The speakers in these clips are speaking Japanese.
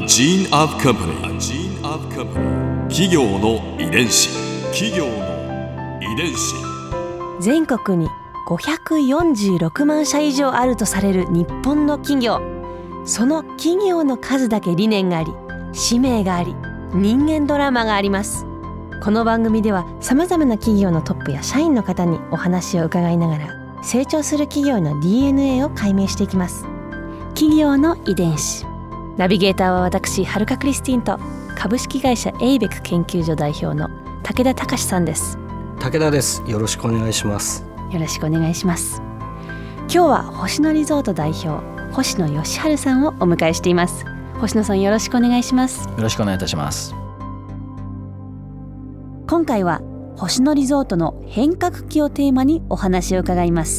gene of company.企業の遺伝子。 全国に546万社以上あるとされる日本の企業。その企業の数だけ理念があり、使命があり、人間ドラマがあります。この番組ではさまざまな企業のトップや社員の方にお話を伺いながら、成長する企業の DNA を解明していきます。企業の遺伝子。ナビゲーターは私、はるかクリスティンと株式会社エイベック研究所代表の武田隆さんです。 武田です。よろしくお願いします。 よろしくお願いします。今日は星野リゾート代表、星野義治さんをお迎えしています。星野さん、よろしくお願いします。 よろしくお願いいたします。 今回は星野リゾートの変革期をテーマにお話を伺います。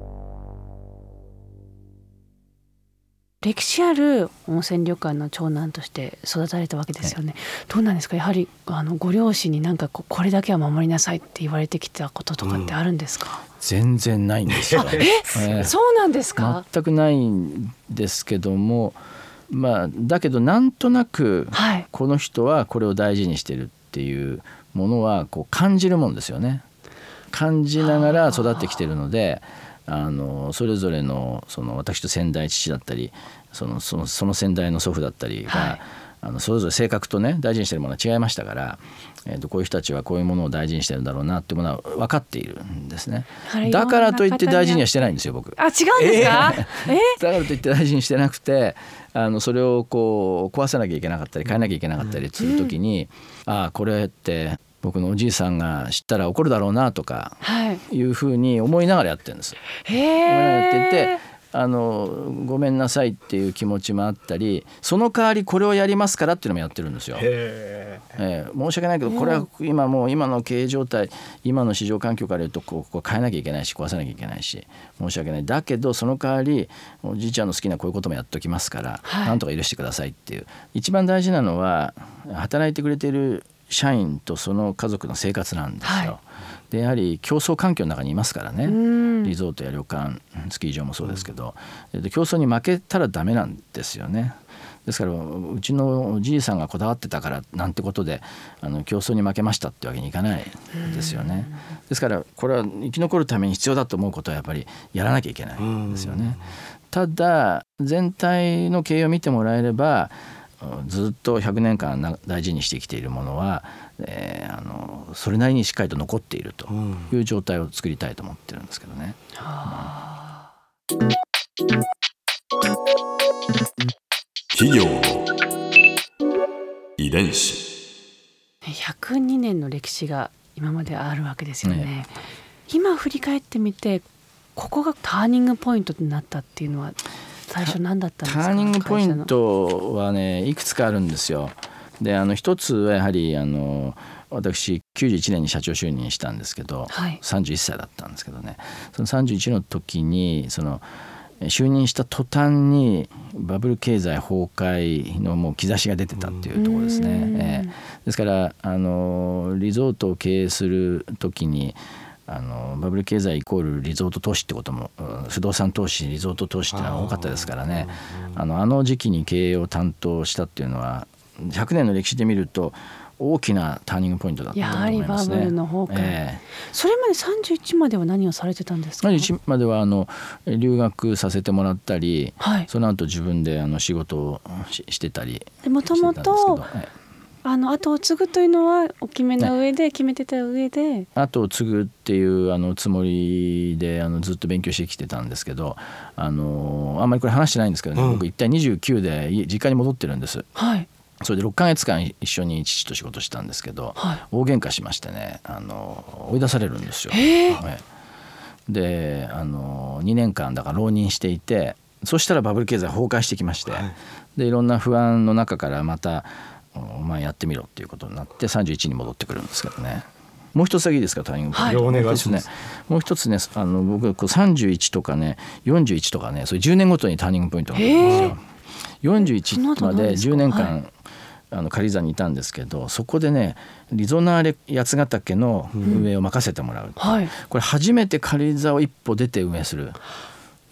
歴史ある温泉旅館の長男として育たれたわけですよね。どうなんですか、やはりご両親になんかこれだけは守りなさいって言われてきたこととかってあるんですか？ 全然ないんですよ。 そうなんですか？ 全くないんですけども、だけどなんとなく、この人はこれを大事にしてるっていうものはこう感じるもんですよね。感じながら育ってきてるので、それぞれの私と先代父だったりその先代の祖父だったりが、それぞれ性格とね大事にしてるものは違いましたから、こういう人たちはこういうものを大事にしてるんだろうなっていうものは分かっているんですね。だからといって大事にはしてないんですよ、僕。 違うんですか？ だからといって大事にしてなくて、それをこう壊さなきゃいけなかったり変えなきゃいけなかったりするときに、これって僕のおじいさんが知ったら怒るだろうなとかいうふうに思いながらやってるんです。思いながらやっていて、ごめんなさいっていう気持ちもあったり、その代わりこれをやりますからっていうのもやってるんですよ。申し訳ないけど、これは今の経営状態、今の市場環境から言うとこう変えなきゃいけないし壊さなきゃいけないし申し訳ない。だけどその代わりおじいちゃんの好きなこういうこともやっておきますから、なんとか許してくださいっていう。一番大事なのは働いてくれている社員とその家族の生活なんですよ。でやはり競争環境の中にいますからね。リゾートや旅館、スキー場もそうですけど、競争に負けたらダメなんですよね。ですからうちのおじいさんがこだわってたからなんてことで競争に負けましたってわけにいかないですよね。ですからこれは生き残るために必要だと思うことはやっぱりやらなきゃいけないんですよね。ただ全体の経営を見てもらえれば、ずっと100年間大事にしてきているものは、それなりにしっかりと残っているという状態を作りたいと思ってるんですけどね。 企業の遺伝子。 102年の歴史が今まであるわけですよね。今振り返ってみて、ここがターニングポイントになったっていうのは最初何だったんですか？ ターニングポイントはね、いくつかあるんですよ。で一つはやはり私91年に社長就任したんですけど、31歳だったんですけどね、その31の時に就任した途端にバブル経済崩壊のもう兆しが出てたっていうところですね。ですからリゾートを経営する時にバブル経済イコールリゾート投資ってことも、不動産投資リゾート投資ってのは多かったですからね。時期に経営を担当したっていうのは100年の歴史で見ると大きなターニングポイントだったと思いますね。 やはりバブルの崩壊、それまで31までは何をされてたんですか ？31までは留学させてもらったり、その後自分で仕事をしてたりもともと後を継ぐというのはお決めの上で、決めてた上で後を継ぐっていうつもりでずっと勉強してきてたんですけど、あんまりこれ話してないんですけどね、僕一体29で実家に戻ってるんです。それで6ヶ月間一緒に父と仕事したんですけど、大喧嘩しましてね、追い出されるんですよ。で2年間だから浪人していて、そしたらバブル経済崩壊してきまして、でいろんな不安の中からまたやってみろっていうことになって31に戻ってくるんですけどね。もう一つだけいいですか、ターニングポイント。 お願いします。 もう一つね、僕31とかね41とかね、そういう10年ごとにターニングポイントがあるんですよ。41まで10年間軽井沢にいたんですけど、そこでねリゾナーレ八ヶ岳の運営を任せてもらう、これ初めて軽井沢を一歩出て運営する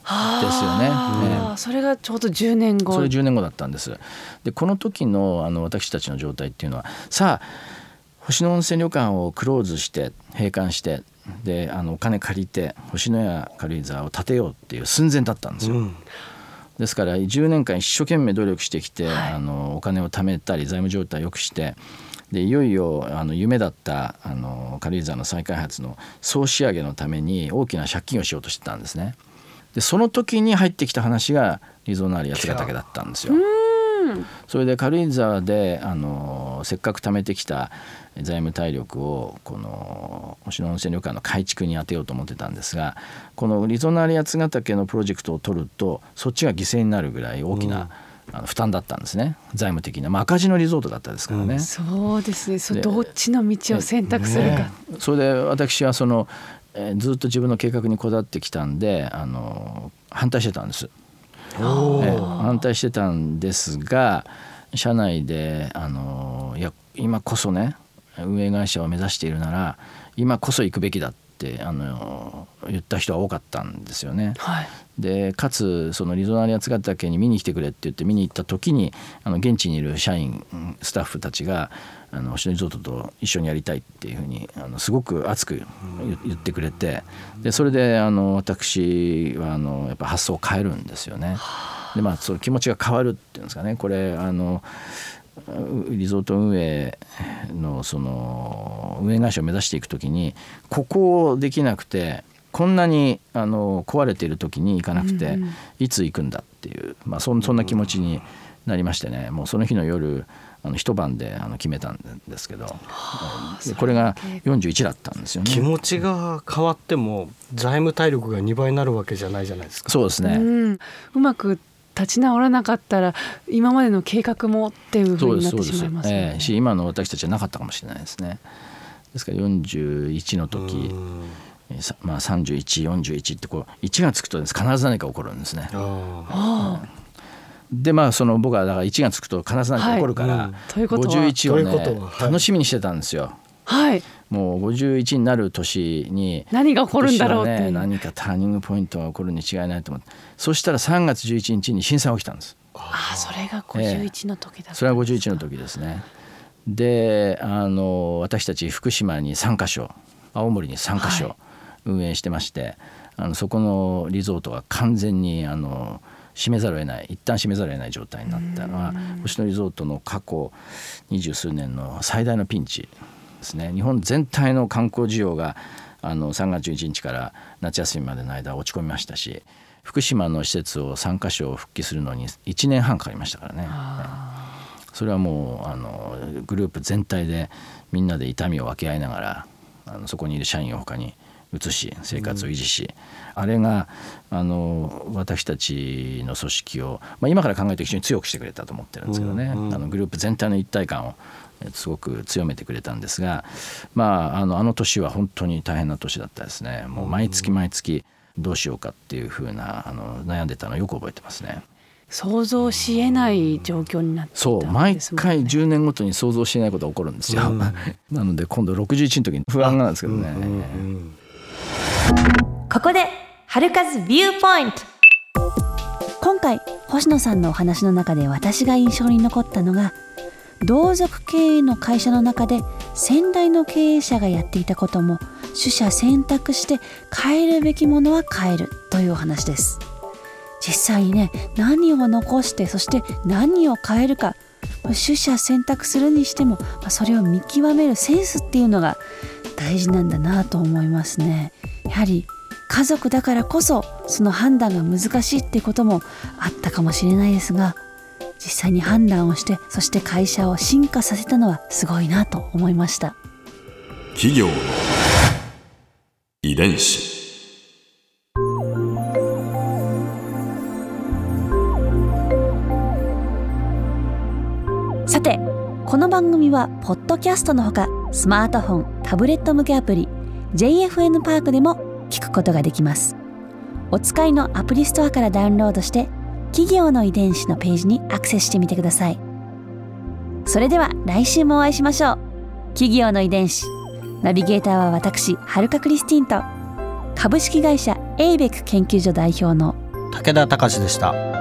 よね。 それがちょうど10年後。 それ10年後だったんです。でこの時の私たちの状態っていうのは、さあ星野温泉旅館をクローズして閉館してでお金借りて星のや軽井沢を建てようっていう寸前だったんですよ。ですから10年間一生懸命努力してきて、お金を貯めたり財務状態を良くしてでいよいよ夢だった軽井沢の再開発の総仕上げのために大きな借金をしようとしてたんですね。でその時に入ってきた話がリゾナーレ八ヶ岳だったんですよ。それで軽井沢でせっかく貯めてきた財務体力をこの星野温泉旅館の改築に当てようと思ってたんですが、このリゾナーレ八ヶ岳のプロジェクトを取るとそっちが犠牲になるぐらい大きな、負担だったんですね、財務的な、赤字のリゾートだったですからね。 そうですね。どっちの道を選択するか。 それで私はずっと自分の計画にこだわってきたんで反対してたんです。反対してたんですが社内でいや今こそね運営会社を目指しているなら今こそ行くべきだって言った人は多かったんですよね。でかつそのリゾナーレ八ヶ岳に見に来てくれって言って見に行った時に現地にいる社員スタッフたちが星野リゾートと一緒にやりたいっていうふうにすごく熱く言ってくれて、でそれで私はやっぱ発想を変えるんですよね。でその気持ちが変わるっていうんですかね。これリゾート運営のその運営会社を目指していくときにここをできなくてこんなに壊れている時に行かなくていつ行くんだっていう、そんな気持ちになりましてね。もうその日の夜一晩で決めたんですけど、これが41だったんですよね。 気持ちが変わっても財務体力が2倍になるわけじゃないじゃないですか。 そうですね。 うまく立ち直らなかったら今までの計画もっていう風になってしまいますね。 今の私たちはなかったかもしれないですね。ですから41の時31、41って1がつくと必ず何か起こるんですね。で僕はだから1がつくと必ず何か起こるから、51をね楽しみにしてたんですよ。もう51になる年に何が起こるんだろうって、 何かターニングポイントが起こるに違いないと思って、そしたら3月11日に震災が起きたんです。 それが51の時だったんですか。 それは51の時ですね。で私たち福島に3カ所青森に3カ所運営してまして、そこのリゾートが完全に一旦閉めざるを得ない状態になったのは星野リゾートの過去20数年の最大のピンチですね。日本全体の観光需要が3月11日から夏休みまでの間落ち込みましたし、福島の施設を3カ所復帰するのに1年半かかりましたからね。それはもうグループ全体でみんなで痛みを分け合いながらそこにいる社員を他に移し生活を維持し、あれが私たちの組織を、今から考えて非常に強くしてくれたと思ってるんですけどね。グループ全体の一体感をすごく強めてくれたんですが、あの年は本当に大変な年だったですね。もう毎月毎月どうしようかっていう風な悩んでたのをよく覚えてますね。 想像しえない状況になっていたんですもんね。 毎回10年ごとに想像しないことが起こるんですよ。なので今度61の時に不安なんですけどね。 ここで春風ビューポイント。今回星野さんのお話の中で私が印象に残ったのが、同族経営の会社の中で先代の経営者がやっていたことも取捨選択して変えるべきものは変えるというお話です。実際にね、何を残してそして何を変えるか取捨選択するにしても、それを見極めるセンスっていうのが大事なんだなと思いますね。やはり家族だからこそその判断が難しいってこともあったかもしれないですが、実際に判断をしてそして会社を進化させたのはすごいなと思いました。 企業の遺伝子。 さて、この番組はポッドキャストのほかスマートフォン、タブレット向けアプリ JFN パークでも聞くことができます。お使いのアプリストアからダウンロードして企業の遺伝子のページにアクセスしてみてください。それでは来週もお会いしましょう。企業の遺伝子、ナビゲーターは私、はるかクリスティンと株式会社エイベック研究所代表の武田隆でした。